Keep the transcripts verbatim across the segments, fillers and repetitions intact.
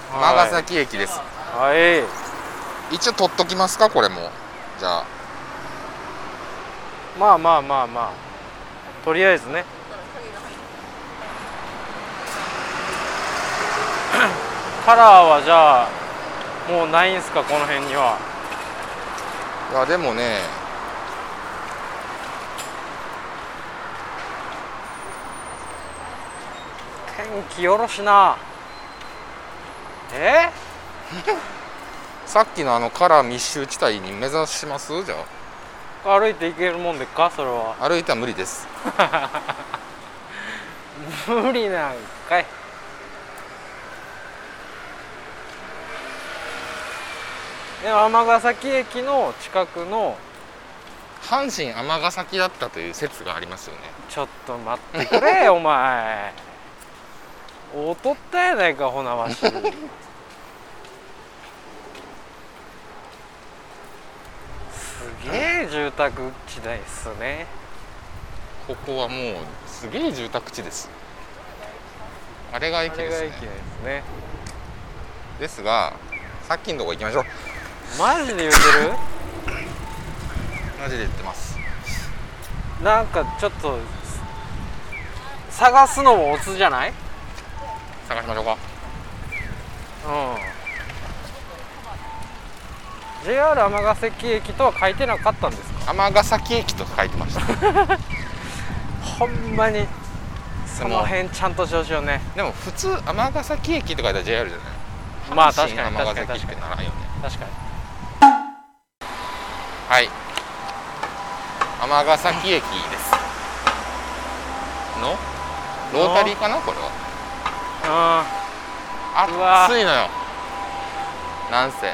尼崎駅です。 はい。 一応取っときますか、これも。じゃあ。 まあまあまあまあ。とりあえずね。カラーはじゃあもうないんすか、この辺には。 いやでもね、 天気よろしな。えさっきのあのカラー密集地帯に目指します。じゃあ歩いて行けるもんでっか、それは。 あ歩いたら無理です。 無理なんかい。でも尼崎駅の近くの阪神尼崎だったという説がありますよね。 ちょっと待ってくれお前。おとったやないか、ほなわし。すげえ住宅地帯っすね。 ここはもうすげえ住宅地です。あれが駅ですね。 あれが駅ですね。 ですが、さっきのとこ行きましょう。 マジで言ってる？ マジで言ってます。 なんかちょっと探すのもオツじゃない？ 探しましょうか。 うん。ジェイアール 尼崎駅とは書いてなかったんですか？ 尼崎駅と書いてました。 ほんまにその辺ちゃんとしてほしいよね。 でも普通尼崎駅とかで ジェイアール じゃない。 まあ確かに尼確かに崎ってならんよね。 確かに。 はい。尼崎駅です。のロータリーかな、これは。 うん。うわ暑いのよ。なんせ。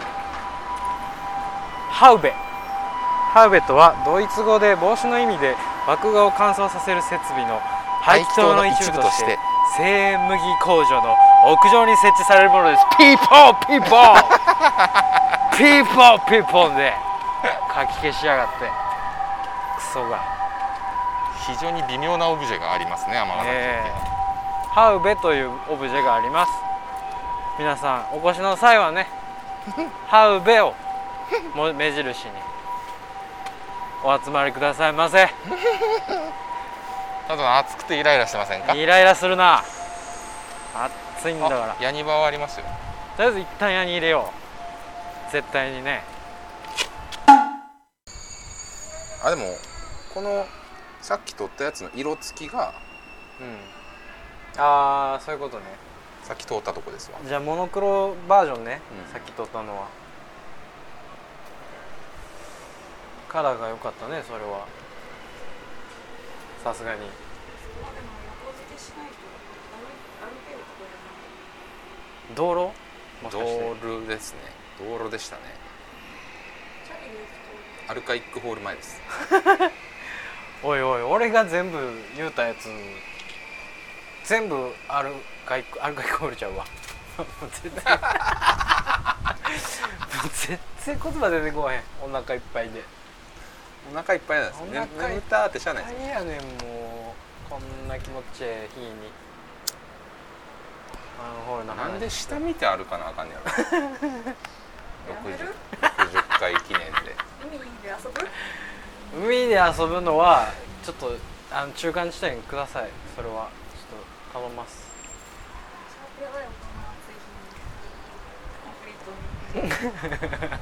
ハウベ。ハウベとはドイツ語で帽子の意味で、麦芽を乾燥させる設備の排気筒の一部として精麦工場の屋上に設置されるものです。ピーポーピーポーピーポーピーポーでかき消しやがって、クソが。 非常に微妙なオブジェがありますね、尼崎駅。 えー、ハウベというオブジェがあります。皆さんお越しの際はね、ハウベをも目印にお集まりくださいませ。 ただ暑くてイライラしてませんか？ イライラするな。暑いんだから。 ヤニ場はありますよ。 とりあえず一旦矢に入れよう、絶対にね。 あ、でもこのさっき撮ったやつの色付きが、 うん、ああそういうことね。 さっき通ったとこですわ。 じゃあモノクロバージョンね、 うん、 さっき撮ったのは。カラーが良かったね、それは。さすがに。道路？もしかして道路ですね。道路でしたね。アルカイックホール前です。 おいおい、俺が全部言うたやつ全部アルカイックアルカイックホールちゃうわ。全然全然言葉出てこへん。お腹いっぱいで。 お腹いっぱいなんですね。眠たーってしゃあないです。 何やねん、もうこんな気持ちええ日にマンホールの話。 なんで下見て歩かなあかんねやろ。ろくじゅっかい記念で。 海で遊ぶ？ 海で遊ぶのはちょっとあの中間地点ください。それはちょっと頼みます。 やばいよ、こんな暑い日にコンクリートに。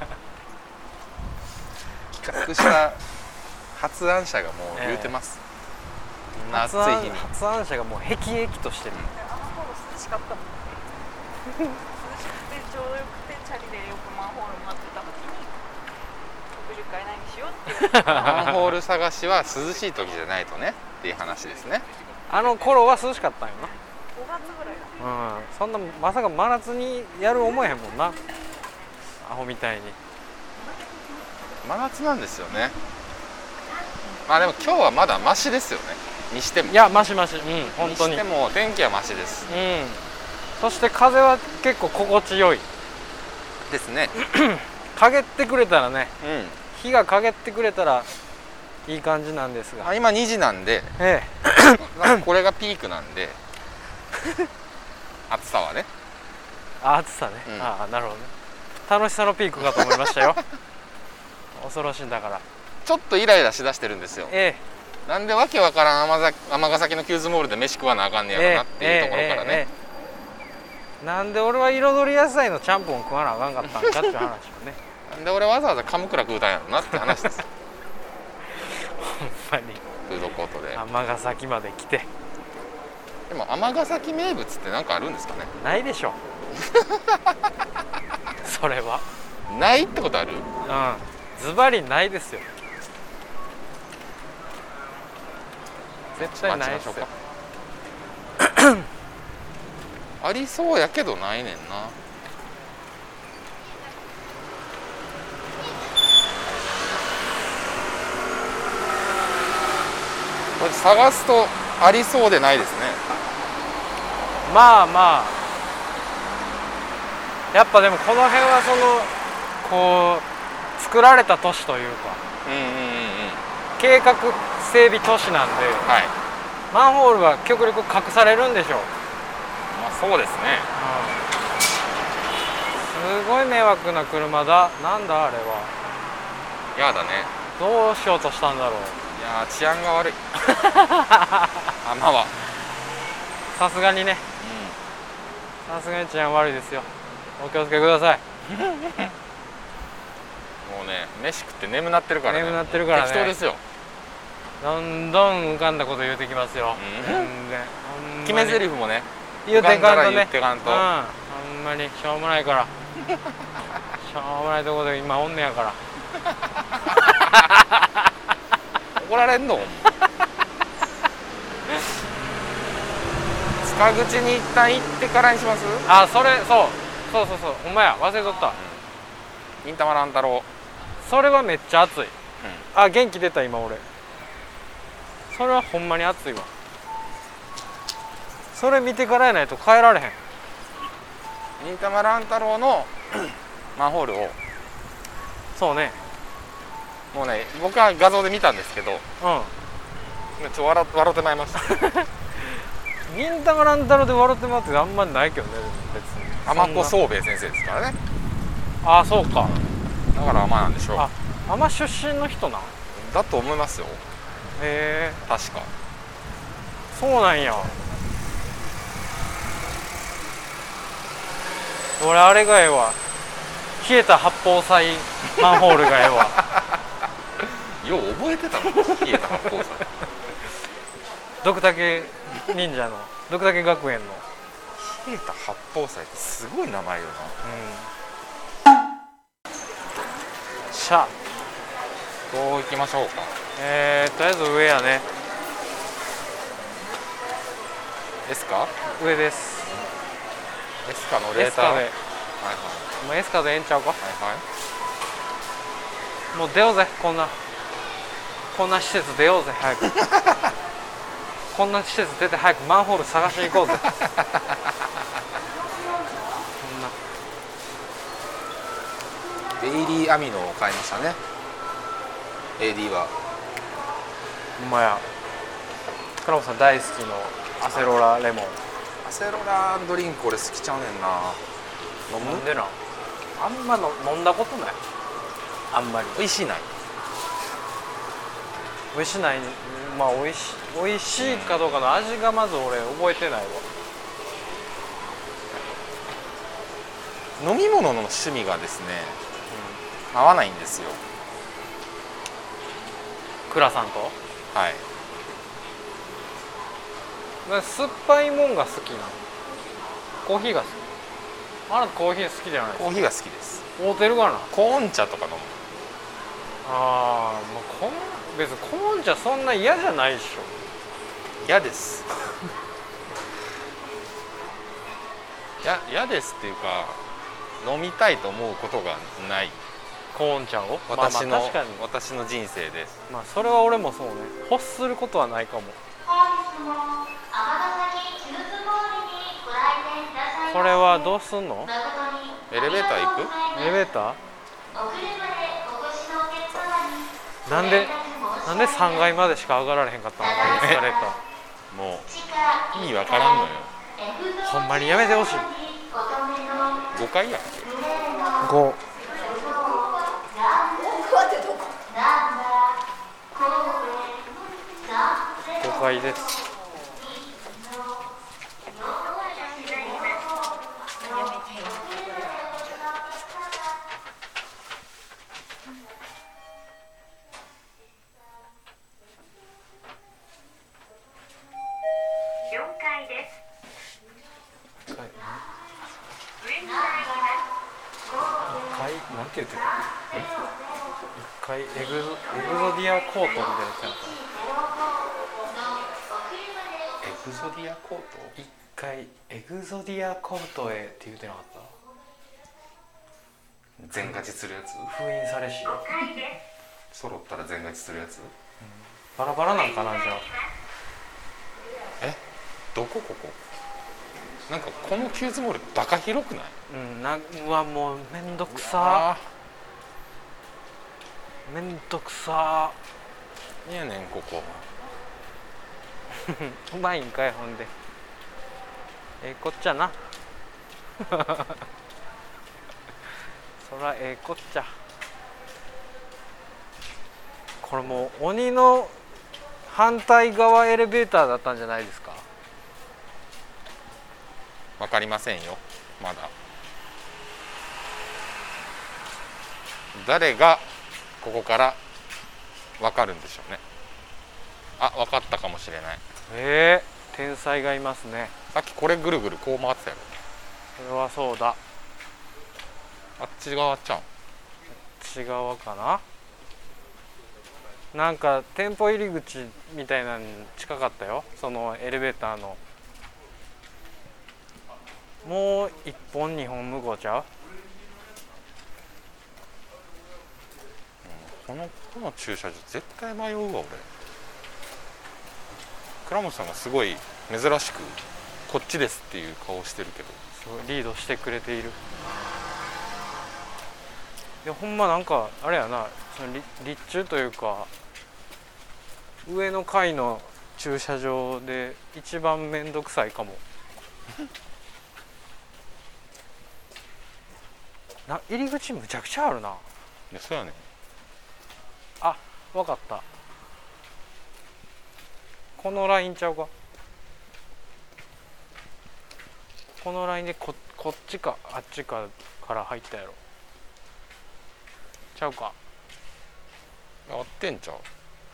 企画した発案者がもう言うてます。 えー、 夏い日に発案者がもう辟易としてる。 あの頃涼しかったもん。涼しくてちょうどよくてチャリでよくマンホール待ってた時にろくじゅっかい何しようって言われて。 マンホール探しは涼しい時じゃないとねっていう話ですね。 あの頃は涼しかったんよな。 ごがつぐらいだ。 うん、そんなまさか真夏にやる思えへんもんな、アホみたいに。 真夏なんですよね。まあでも今日はまだマシですよね。にしても。 いやマシマシ、うん、本当に。 にしても天気はマシです。 うん。そして風は結構心地よいですね。 陰ってくれたらね、 うん。 日が陰ってくれたらいい感じなんですが。 あ、今にじなんで、 ええ、 これがピークなんで暑さはね。 あ、暑さね、 うん、 ああなるほどね。楽しさのピークかと思いましたよ恐ろしいんだから。 ちょっとイライラしだしてるんですよ。 ええ、なんでわけわからん尼崎のキューズモールで飯食わなあかんねやろなっていうところからね、ええええ、なんで俺は彩り野菜のちゃんぽん食わなあかんかったんかっていう話をねなんで俺わざわざカムクラ食うたんやろなって話ですほんまにフードコートで。 尼崎まで来て。 でも尼崎名物って何かあるんですかね。 ないでしょそれはないってことある？ うんズバリないですよ。絶対ないですよ。 ありそうやけどないねんな。これ探すとありそうでないですね。 まあまあやっぱでもこの辺はそのこう作られた都市というか、 うんうんうんうん、 計画整備都市なんで、 はい、 マンホールは極力隠されるんでしょう。 まあそうですね、 うん、すごい迷惑な車だ。なんだあれは。 やだね。 どうしようとしたんだろう。 いやー治安が悪い浜はさすがにね、さすがに治安悪いですよ。お気をつけくださいもうね飯食って眠なってるからね。 眠なってるからね。 適当ですよ。 どんどん浮かんだこと言うてきますよ、 うん、 全然決め台詞もね言うてかんとね、 言ってかんと、 うん、ほんまにしょうもないからしょうもないところで今おんねやから怒られんの塚口に一旦行ってからにします。 あ、それそうそうそうそうほんまや忘れとった、うん、 忍たま乱太郎。 それはめっちゃ熱い、うん、あ元気出た今俺。それはほんまに熱いわ。それ見てからやないと帰られへん。 忍たま乱太郎のマンホールをそうねもうね僕は画像で見たんですけど、うん、ちょっと笑笑ってまいりました忍たま乱太郎で笑ってもらってあんまりないけどね。別に尼子宗兵衛先生ですからね。 ああそうか。 だから尼なんでしょう。 あ尼出身の人なんだと思いますよ。 へえ確かそうなんや。俺あれがええわ。冷えた八宝菜マンホールがええわよう覚えてたの冷えた八宝菜ドクタケ忍者のドクタケ学園の冷えた八宝菜ってすごい名前ようんな。 しゃどう行きましょうか。 えー、とりあえず上やね。 エスカ上です。 エスカのレーター。はいはい。 もうエスカでええんちゃうか。 はいはい。 もう出ようぜ。こんなこんな施設出ようぜ早くこんな施設出て早くマンホール探しに行こうぜこんなベイリーアミノを買いましたね。 エーディー はほんまや。倉本さん大好きのアセロラレモン。 アセロラドリンク俺好きちゃうねんな。飲む？ なんでな。あんまの飲んだことない。あんまり美味しいない。 美味しない。まあ美味しい美味しいかどうかの味がまず俺覚えてないわ。 飲み物の趣味がですね、うん、合わないんですよ。 倉さんと。 はい。 酸っぱいもんが好きなの。コーヒーが好き。あなたコーヒー好きじゃないですか。 コーヒーが好きです。 合うてるかな。 コーン茶とか飲む。 ああ、もうこん別にコーン茶そんな嫌じゃないでしょ。 嫌ですや嫌ですっていうか飲みたいと思うことがない。 コーン茶を私の、 まあまあ確かに私の人生で。 まあそれは俺もそうね。欲することはないかも。これはどうすんの。 エレベーター行く。 エレベーターなんでなんでさんがいまでしか上がられへんかったのエスカレーター。 もう意味わからんのよ。 ほんまにやめてほしい。 ごかいやっけ。 ごごかいです。 よんかいです。 いっかい上に参ります。 なんて言ってた？いっかいエグゾエグゾディアコートみたいなやつやった。 エグゾディアコート。 一回エグゾディアコートへって言ってなかった？ 全勝ちするやつ。 封印されし、 揃ったら全勝ちするやつ、うん、 バラバラなんかな。じゃあえどこここなんかこのキューズモールバカ広くない？ うんなうわもうめんどくさめんどくさいやねんここうまいんかい。ほんでええこっちゃなそらええこっちゃ。これもう鬼の反対側エレベーターだったんじゃないですか？ わかりませんよまだ。誰がここからわかるんでしょうね。あ、わかったかもしれない。 えー、天才がいますね。 さっきこれぐるぐるこう回ってたよ。 それはそうだ。 あっち側ちゃうん。 あっち側かな。なんか店舗入り口みたいなのに近かったよ、そのエレベーターの。もう一本二本向こうちゃう？ このこの駐車場絶対迷うわ俺。倉本さんがすごい珍しくこっちですっていう顔してるけど、 そうリードしてくれている。いやほんまなんかあれやな、その立中というか上の階の駐車場で一番めんどくさいかもな。入り口むちゃくちゃあるな。 いやそうやねん。 あ、わかった。このラインちゃうか。このラインで こ, こっちかあっちかから入ったやろ。ちゃうか。 合ってんちゃう。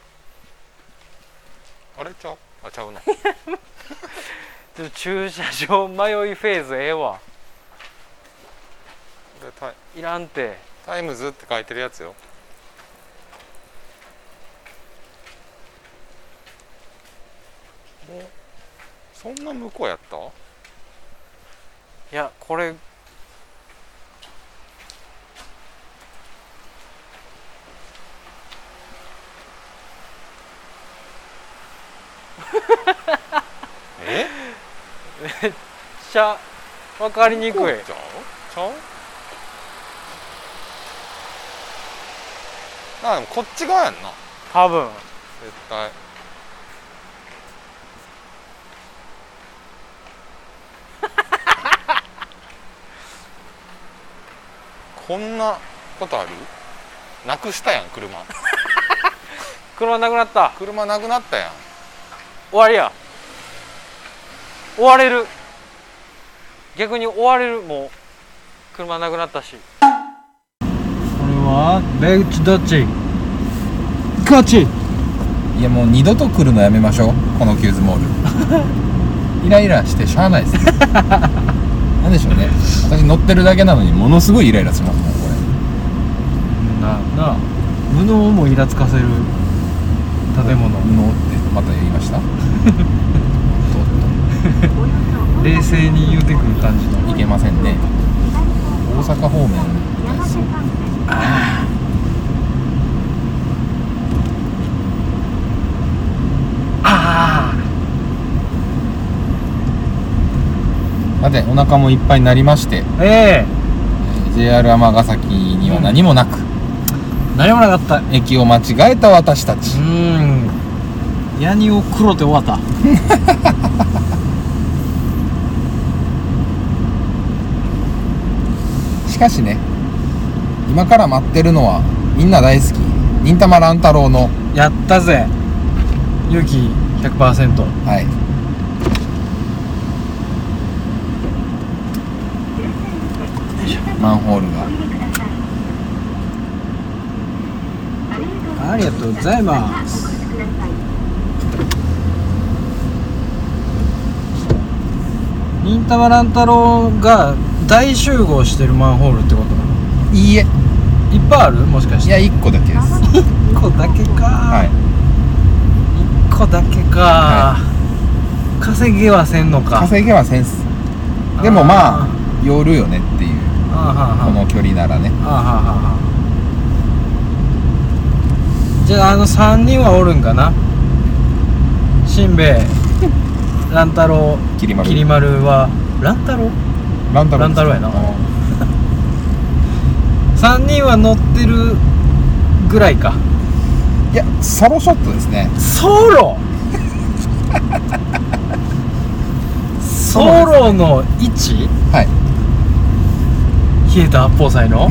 あれちゃう。あちゃうな。 ちょっと駐車場迷いフェーズええわ。 これタイいらんて。 タイムズって書いてるやつよ。そんな向こうやった？ いやこれえ？ めっちゃ分かりにくい。 ちゃう？ちゃう？あでもこっち側やんな。 多分絶対。こんなことある？なくしたやん車。 車なくなった。 車なくなったやん。 終わりや。終われる。逆に終われる。もう車なくなったし。これはベッチどっち？こっち。 いやもう二度と来るのやめましょうこのキューズモール。イライラしてしゃあないです。なんでしょうね。私乗ってるだけなのにものすごいイライラしますもんこれ。 なな無能もイラつかせる建物。 無能ってまた言いました。 冷静に言うてくる感じの。 いけませんね。大阪方面。ああ。さてお腹もいっぱいになりまして、 ええー、ジェイアール 尼崎には何もなく、 何もなかった。 駅を間違えた私たち。 うーん。ヤニを黒で終わった。 かしね、今から待ってるのはみんな大好き忍たま乱太郎のやったぜ勇気 ひゃくパーセント。 はいマンホールがありがとうございます。忍たま乱太郎が大集合してるマンホールってことなの？ いいえ、 いっぱいある？もしかしていやいっこだけですいっこだけか。 はいいっこだけか、 は稼げはせんのか。 稼げはセンスでもまあ寄るよねっていうあーはーはーこの距離ならね。 あーはーはーはーじゃああのさんにんはおるんかな。しんべヱ乱太郎きり丸きり丸は乱太郎乱太郎乱太郎やなさんにんは乗ってるぐらいか。 いやソロショットですね。 ソロソロのいち？ はい冷えた八宝菜の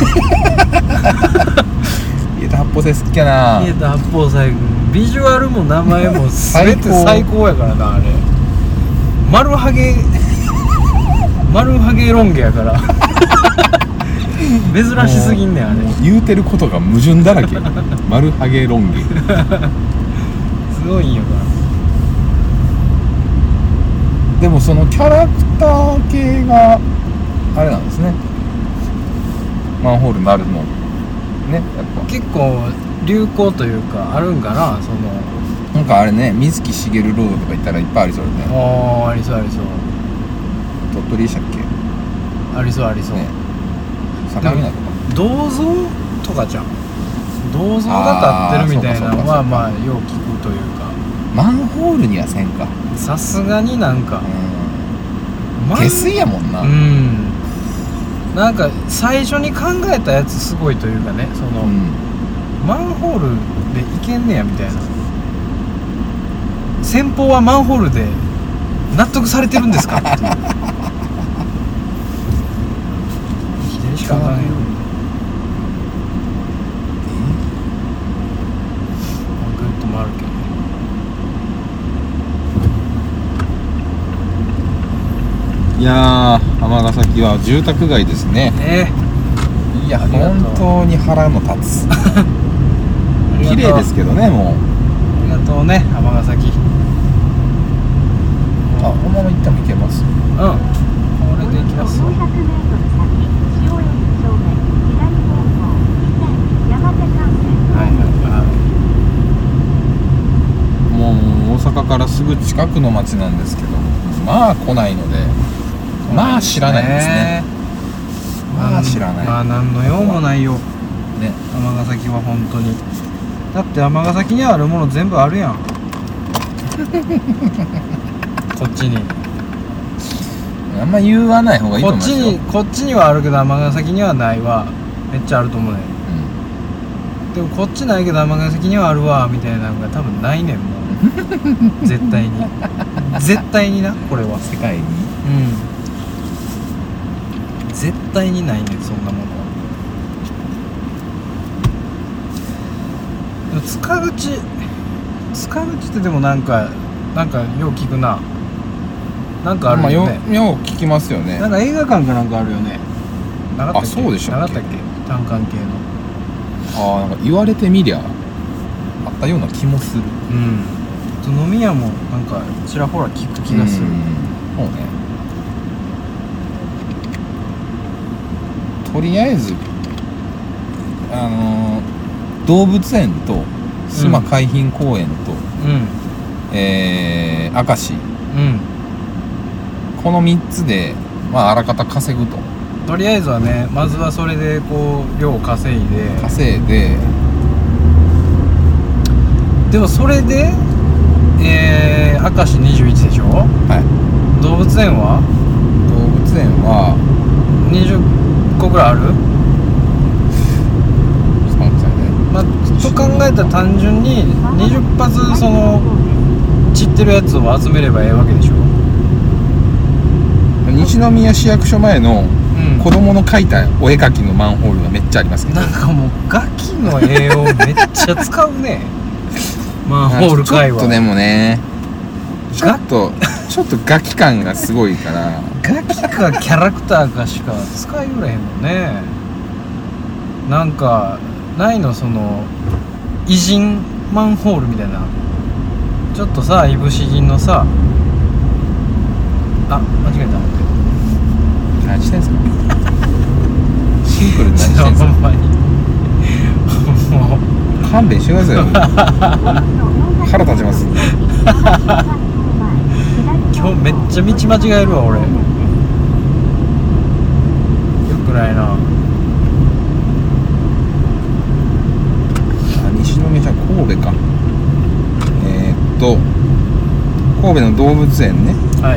冷えた八宝菜好きやな。 冷えた八宝菜ビジュアルも名前も全て最高最高やからな。あれ丸ハゲ丸ハゲロン毛やから珍しすぎんねんあれ。 もう言うてることが矛盾だらけ丸ハゲロン毛すごいんやから。 でもそのキャラクター系があれなんですね。マンホールになるのね、やっぱ結構流行というかあるんかな。そのなんかあれね、水木しげるロードとか行ったらいっぱいありそうだね。 ああありそうありそう鳥取でしたっけありそうありそう、 ね、相模灘とか銅像とかじゃん。銅像が立ってるみたいなのはあーそうかそうかそうかまあよう聞くというか。 マンホールにはせんか。 さすがになんかうん下水やもんな。 うんなんか最初に考えたやつすごいというかね、その、 うんマンホールで行けんねやみたいな。先方はマンホールで納得されてるんですかっていう左しかあかんよ。ぐっと回るけどいやー尼崎は住宅街ですね。 ねいやありがとう本当に腹の立つありがとう綺麗ですけどね。もうありがとうね尼崎。 あこのまま行っても行けます。 うんこれで行きますよ。 よんひゃくメートル先、塩園正面、左方向、以前、山手幹線。 はいはいはいもう大阪からすぐ近くの町なんですけど、まあ来ないので、まあ知らないですね。まあ知らない。 まあ何の用もないよね、 尼崎は本当に。だって尼崎にあるもの全部あるやんこっちにあんま言わない方がいいとこっち思いますよ。 にこっちにはあるけど尼崎にはないわ。めっちゃあると思うね。でもこっちないけど尼崎にはあるわみたいなのが多分ないねんもう絶対に絶対になこれはうん、世界にうん絶対にないねんそんなものは。でも塚口塚口ってでもなんかなんかよう聞くな。なんかあるよね、 まあ、よよう聞きますよね。 なんか映画館かなんかあるよね。なかったっけあそうでしたっけなかったっけ単館系の。 ああなんか言われてみりゃあったような気もする。 うん飲み屋もなんかちらほら聞く気がする。 うんそうね。とりあえずあのー、動物園と須磨海浜公園と、 うんえー、明石うんこのみっつでまああらかた稼ぐととりあえずはねまずはそれでこう量を稼いで稼いででもそれでえー、明石にじゅういちでしょ。 はい動物園は動物園はにじゅっこぐらいある。 ちょっと待ってくださいね。 まあと考えたら単純ににじゅっぱつその散ってるやつを集めればええわけでしょ。 西宮市役所前のうんうん、子供の描いたお絵描きのマンホールがめっちゃありますけど、 なんかもうガキの絵をめっちゃ使うねマンホール界はちょっとでもねちょっとちょっとガキ感がすごいからガキかキャラクターかしか使いよれへんもんね。なんかないのその偉人マンホールみたいな、ちょっとさいぶし銀のさ、あ間違えた。 何してんすかシンプルに何してんすかほんまにもう勘弁してくださいよ腹立ちます今日めっちゃ道間違えるわ俺。よくないな。 西宮じゃ神戸か。えー、っと神戸の動物園ね。 はい。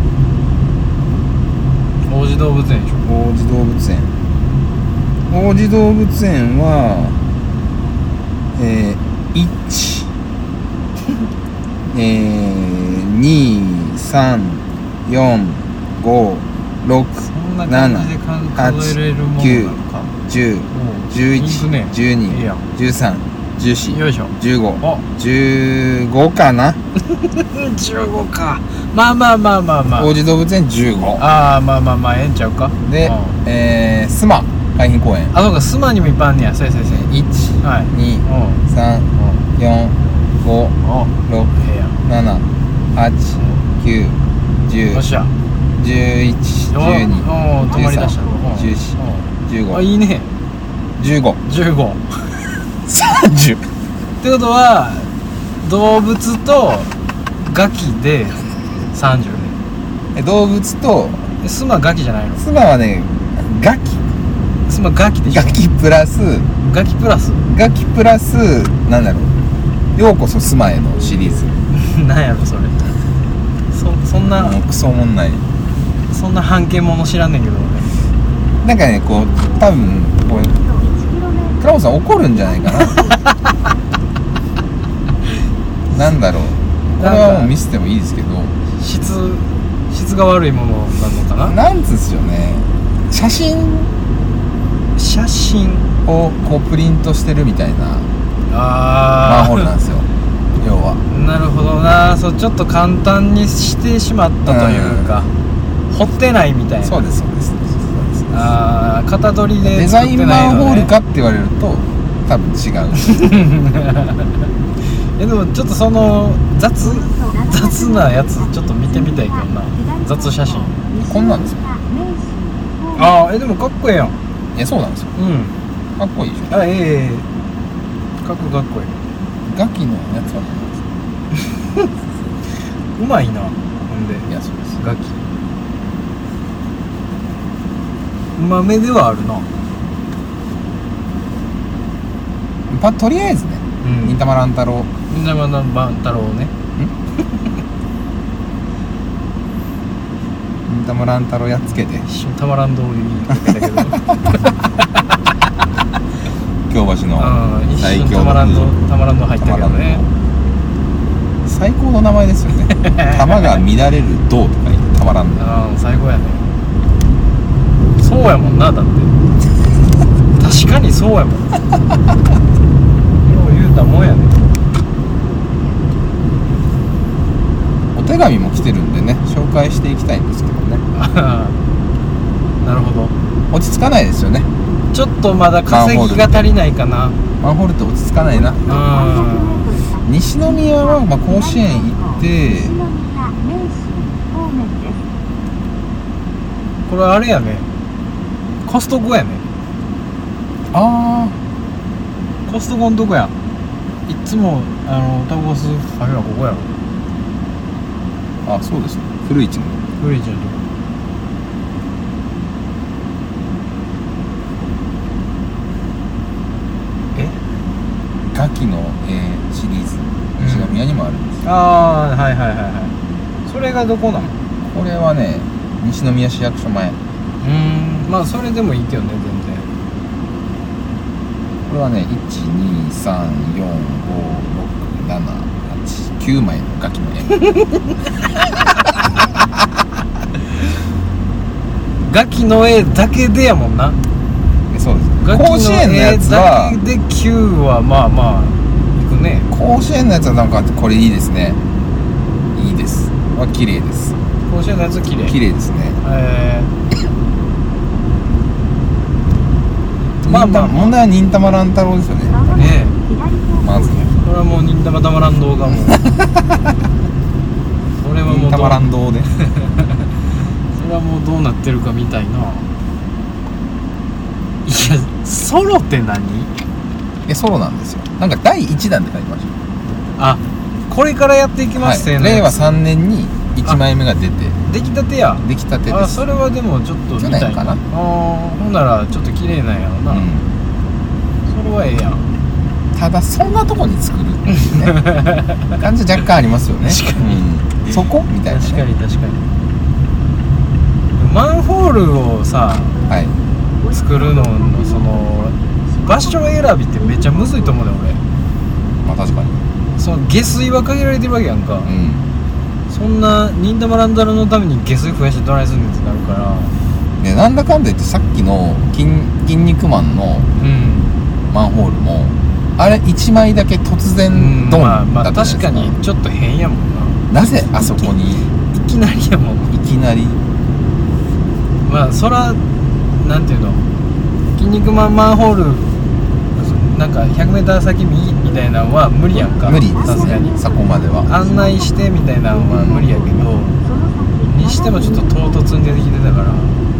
王子動物園でしょ。 王子動物園王子動物園はえー、いちえー、にさんよんごろくそんな感じで数えれるものなのか。 じゅう、じゅういち、じゅうに、じゅうさん、じゅうよん、 よいしょじゅうご、じゅうごかなじゅうごか。まあまあまあまあまあ王子動物園じゅうご。 ああまあまあまあええんちゃうか。 で、 うん、 えー、スマ海浜公園。 あそうか、スマにもいっぱいあんねや。そうやそうやそうや。 いち、に、さん、よん、ご、ろく、なな、はち、きゅう、じゅう、じゅういち、じゅうに、じゅうさん、じゅうよん、じゅうご。 あいいね。 じゅうご。 じゅうご。 さんじゅう。 ってことは動物とガキでさんじゅうね。 動物とスマガキじゃないの？ スマはねガキ。 スマガキでしょ。 ガキプラスガキプラスガキプラスなんだろう、ようこそスマへのシリーズなんやろそれ。そそんなもうクソおもんない。 そんな半径もの知らんねんけど俺。 なんかねこう多分こう倉本さん怒るんじゃないかななんだろう、これはもう見せてもいいですけど、 質質が悪いものなのかな。 なんつうんですよね、写真写真をこうプリントしてるみたいなあマンホールなんですよ要は。 なるほどな。そうちょっと簡単にしてしまったというか、うん、掘ってないみたいな。 そうですそうです。 ああ型取りでデザインマンホールかって言われると多分違うえでもちょっとその雑雑なやつちょっと見てみたいけどな。雑写真こんなんですよ。 ああえでもかっこええやん。 いやそうなんですよ。 うんかっこいいでしょ。 あええかっこかっこいい。 ガキのやつはうまいな。ほんでいやそうです。 ガキうまめではあるな。 パとりあえずね、 うん、 忍たま乱太郎忍たま乱太郎ね。 忍たま乱太郎やっつけて一瞬たまらん通りにかけたけど京橋の最強のたまらんのたまらんの入ったけどね。 最高の名前ですよね玉が乱れる銅とか言ってたまらんの。 ああ最高やね。そうやもんな。だって確かにそうやもんよう言うたもんやね。 お手紙も来てるんでね紹介していきたいんですけどねなるほど。 落ち着かないですよね。 ちょっとまだ稼ぎが足りないかな。 マンホールって落ち着かないな。西宮はまあ甲子園行ってこれあれやねコストコやね。 ああコストコのとこやん。いっつもあのタバコ吸うカフェはここやろ。 あそうですね。古市の古市のとこ。えガキの、えー、シリーズ西宮にもあるんですよ。 ああはいはいはいはい。それがどこなの？ これはね西宮市役所前。 うーんまあそれでもいいけどね全然。 これはねいちにさんよんごろくななはちきゅうまいのガキの絵ガキの絵だけでやもんな。 そうです。 ガキ甲子園のやつは絵だけできゅうはまあまあいくね。 甲子園のやつはなんかこれいいですね。いいですは綺麗です。 甲子園のやつ綺麗綺麗ですね。 えー、まあまあ問題は忍たま乱太郎ですよね。 ねまずね。 これはもう忍たまたま乱動画もこれはもう忍たま乱動でそれはもうどうなってるかみたいな。いやソロって何？ えソロなんですよ。なんかだいいちだんって書いてました。 あ、これからやっていきますね、 はい、れいわさんねんにいちまいめが出て出来たてや。 出来たてです。 あ、それはでもちょっと見たいな。 去年かな。 あー、ほんならちょっと綺麗なんやろな、 うん、 それはええやん。 ただそんなとこに作るっていうね感じ若干ありますよね。 確かに、 うん、そこみたいな、ね、 確かに確かに。マンホールをさ、 はい、 作るののその場所選びってめっちゃむずいと思うね俺。 まあ確かに。 その下水は限られてるわけやんか、 うん、 そんな忍たま乱太郎のために下水増やしてどないすんねんってなるから。 でなんだかんだ言ってさっきの筋筋肉マンのうんマンホールもあれいちまいだけ突然うん、 ドンまあまあだったじゃ確かないですか。 にちょっと変やもんな。 なぜあそこにいきなりやもん。 いきなり。 まあそらなんていうの、筋肉マンマンホールなんか ひゃくメーター 先右みたいなのは無理やんか。 無理ですさすがにねそこまでは。 案内してみたいなのは無理やけど、にしてもちょっと唐突に出てきてたから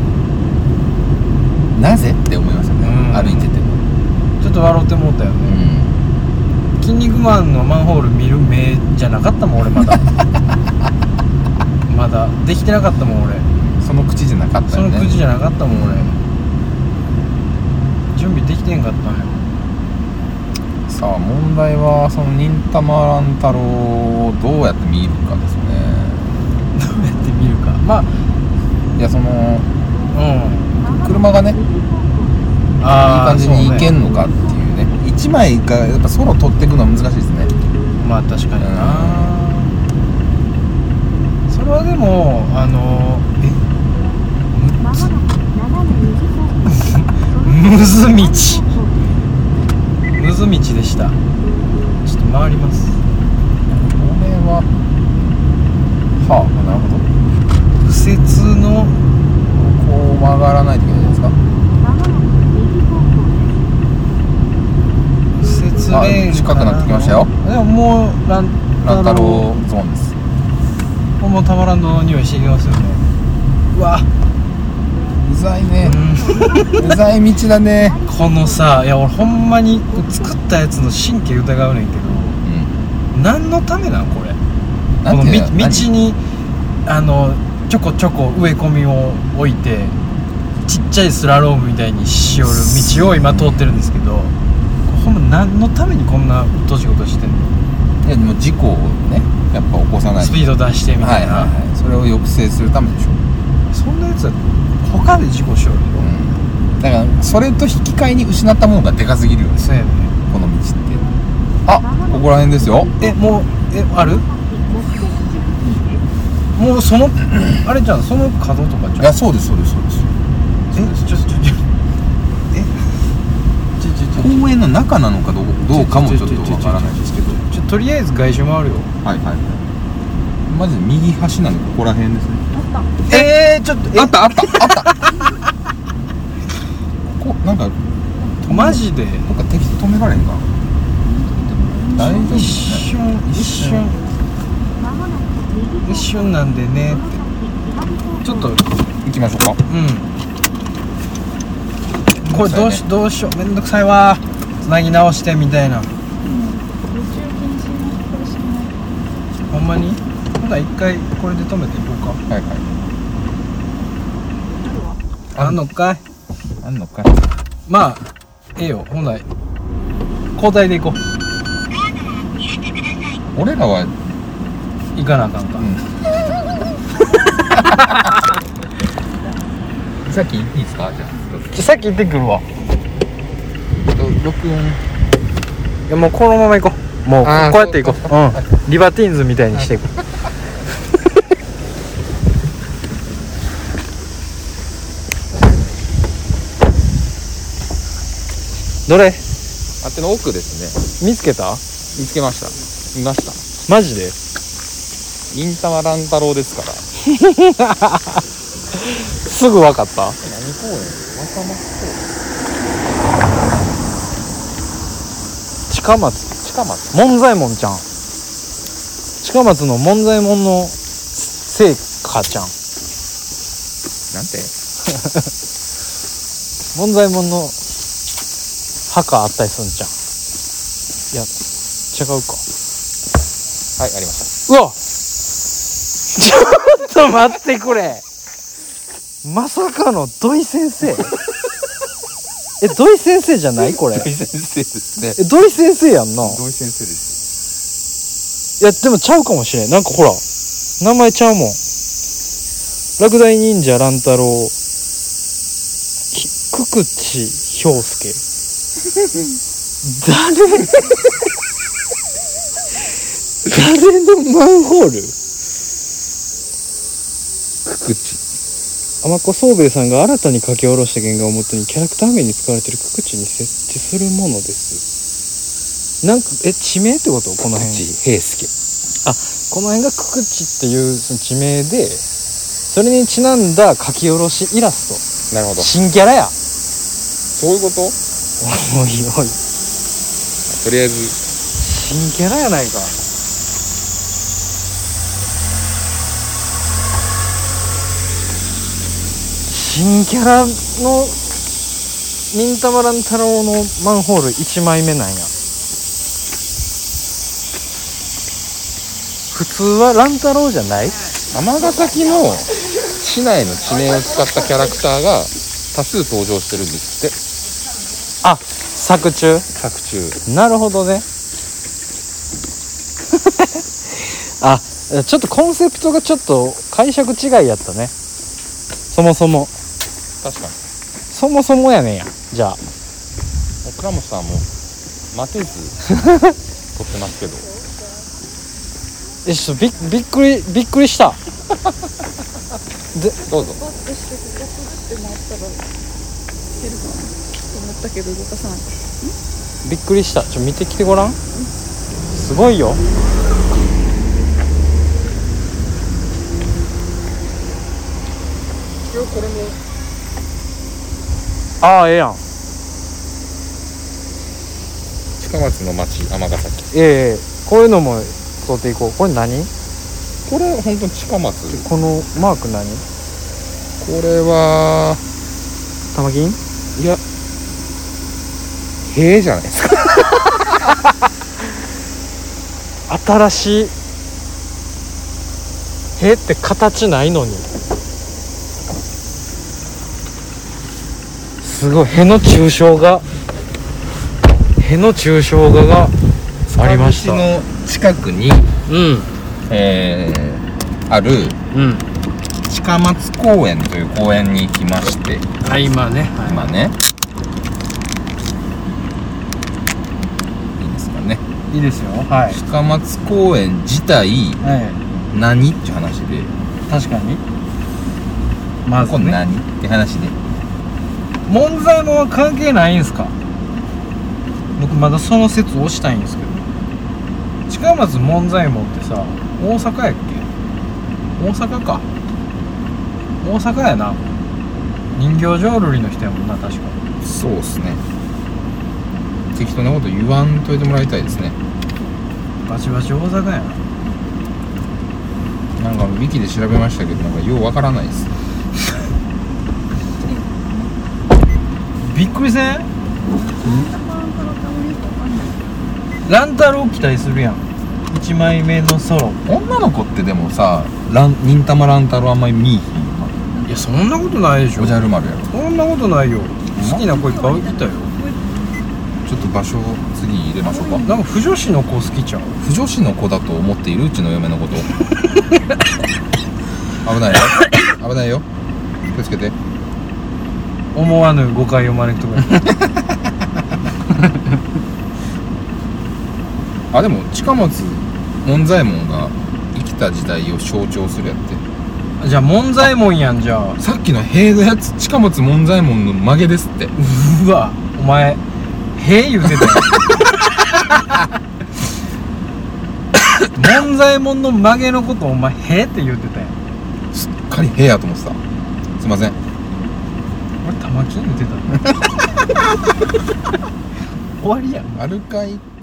なぜって思いますよね、 うん歩いてて。 ちょっと笑ってもうたようね、 ん、 筋肉マンのマンホール見る目じゃなかったもん俺まだまだできてなかったもん俺。 その口じゃなかったそよね。 の口じゃなかったもん俺。準備できてんかったんよ。 さあ問題はその忍たま乱太郎をどうやって見るかですね。 どうやって見るか。まあいやそのうん車がねいいあ感じにそうねいけんのかっていうね。いちまいがやっぱソロ取っていくのは難しいですね。 まあ確かにな。それはでもあのえむず道むず道でした。ちょっと回ります。 これははあなるほど。 右折のこう曲がらないといけないですか。 右折レーンあ近くなってきましたよ。 でももう乱乱太郎ゾーンです。 もうたまらんの匂いしてきますよね。うわうざいね、 うんうざい道だね。 このさ、いや俺ほんまに作ったやつの神経疑うねんけど、 うん、 何のためなんこれ。 なんていうこの道にあのちょこちょこ植え込みを置いてちっちゃいスラロームみたいにしよる道を今通ってるんですけど、ほんま何のためにこんなうっとうしいことしてんの。 いやでも事故をねやっぱ起こさないと。 スピード出してみたいな、 はいはいはい、それを抑制するためでしょ。 そんなやつは他で事故しよるよ、 うん、だからそれと引き換えに失ったものがでかすぎるよねそうやね。 この道って。あここら辺ですよ。 えもうえあるもうそのあれじゃん、その角とかじゃん。 いやそうですそうですそうです。 えちょちょちょえちょちょちょ公園の中なのかどうどうかもちょっとわからないですけど。 ちょとりあえず外周回るよ。 はいはい。マジで右端なんでここら辺ですね。 えー、ちょっとえあったあったあったこなんかマジでどっか敵止められへんかな。大丈夫一ですね。 瞬一瞬一瞬なんでねってちょっと行きましょうか。 うんこれどうしどうしようめんどくさいわつなぎ直してみたいな。ほんまにほな一回これで止めていこうか。 はいはい。 あんのかい。 あんのかい。 まあええよ。ほな交代で行こ俺らはう。行かなあかんか、 うんさっきいいですか。じゃあさっき行ってくるわ。 録音。 いやもうこのまま行こう。もうこうあーやって行こう。うんリバティーンズみたいにしていこう。 どれあっちの奥です見つけた？ ね。見つけました。見ました。 マジで？ 忍たま乱太郎ですから。 すぐ分かった？ 何公園？若松近松近松門左衛門ちゃん。近松の門左衛門の聖火ちゃん。 なんて門左衛門の墓あったりすんじゃん。いや違うか。 はい、ありましうわちょっと待ってくれ。まさかの土井先生。え土井先生じゃないこれ。 た。土井先生ですね。 え土井先生やんな。 土井先生です。 いやでもちゃうかもしれん。なんかほら名前ちゃうもん。落第忍者乱太郎くくち氷介。誰誰のマンホール？ くくち。 天子宗兵衛さんが新たに書き下ろした原画をもとにキャラクター名に使われているくくちに設置するものです。なんかえ地名ってこと？この辺。 くくち平介。 あ、この辺がくくちっていうその地名で、それにちなんだ書き下ろしイラスト。 なるほど。 新キャラや。 そういうこと？ おいおい。 とりあえず新キャラやないか。新キャラの忍たま乱太郎のマンホールいちまいめなんや。普通は乱太郎じゃない？ 尼崎の市内の地名を使ったキャラクターが多数登場してるんですって。あ、作中？ 作中。 なるほどね。あ、ちょっとコンセプトがちょっと解釈違いやったね。そもそも。 確かに。 そもそもやねんや。じゃあ。 倉本さんも待てず撮ってますけど。 え、ちょっと び, びっくりびっくりした。 で、どうぞ。 バッとしてここすって回ったら出るかなと思ったけど動かさない。 びっくりした。ちょ見てきてごらん。すごいよ。 これもああ、ええやん。 近松の町尼崎。 ええこういうのも撮っていこう。これ何？ これ本当に近松。 このマーク何？ これは玉金？ いや、へえじゃないですか。 新しい。へって形ないのに。すごいへの抽象画。への抽象画がありました。 の近くに、 うんえー、あるうん近松公園という公園に来まして、 あ今ね、はい、 今ね、いいですかね。 いいですよ。はい近松公園自体は何っていう話で、 い確かにまずねこれ何って話で、 門左衛門は関係ないんすか？僕まだその説をしたいんですけど、近松門左衛門ってさ大阪やっけ？大阪か。大阪やな。人形浄瑠璃の人やもんな確か。 そうっすね。適当なこと言わんといてもらいたいですね。 バチバチ大阪やな。 なんかウィキで調べましたけど、なんかようわからないです。 びっくりせん？乱太郎期待するやん。いちまいめのソロ。 女の子ってでもさ、ラン忍たま乱太郎あんまり見いひんよな。 いやそんなことないでしょ。 おじゃる丸やろ。 そんなことないよ。好きな子いっぱいいたよ。 ちょっと場所を次入れましょうか。 なんか不女子の子好きちゃう？ 不女子の子だと思っているうちの嫁のこと。危ないよ。危ないよ。気をつけて。 思わぬ誤解を招くとこや。 あ、でも近松門左衛門が生きた時代を象徴するやって。 じゃあ門左衛門やん。じゃあさっきの塀のやつ近松門左衛門の曲げですって。 うわお前へえ言うてたよ門左衛門の曲げのことお前へえって言うてたやん。 すっかりへやと思ってた。すいません。 俺玉金言うてた終わりやん。 丸かい